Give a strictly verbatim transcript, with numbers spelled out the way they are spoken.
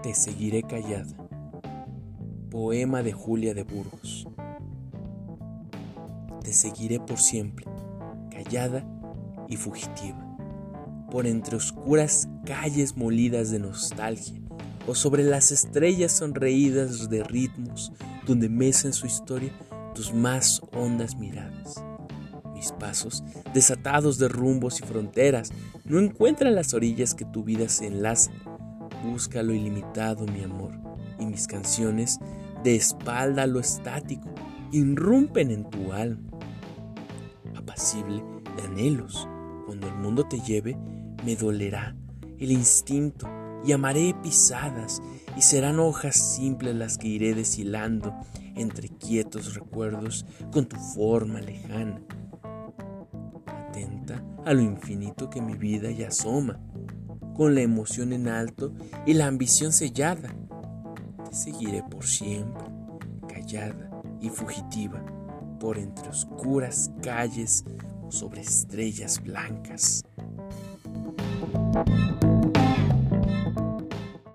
Te seguiré callada. Poema de Julia de Burgos. Te seguiré por siempre, callada y fugitiva, por entre oscuras calles molidas de nostalgia, o sobre las estrellas sonreídas de ritmos donde mecen su historia tus más hondas miradas. Mis pasos, desatados de rumbos y fronteras, no encuentran las orillas que tu vida se enlaza. Busca lo ilimitado, mi amor, y mis canciones, de espalda a lo estático, irrumpen en tu alma. Apacible de anhelos, cuando el mundo te lleve, me dolerá el instinto y amaré pisadas, y serán hojas simples las que iré deshilando entre quietos recuerdos con tu forma lejana. Atenta a lo infinito que mi vida ya asoma, con la emoción en alto y la ambición sellada. Te seguiré por siempre, callada y fugitiva, por entre oscuras calles o sobre estrellas blancas.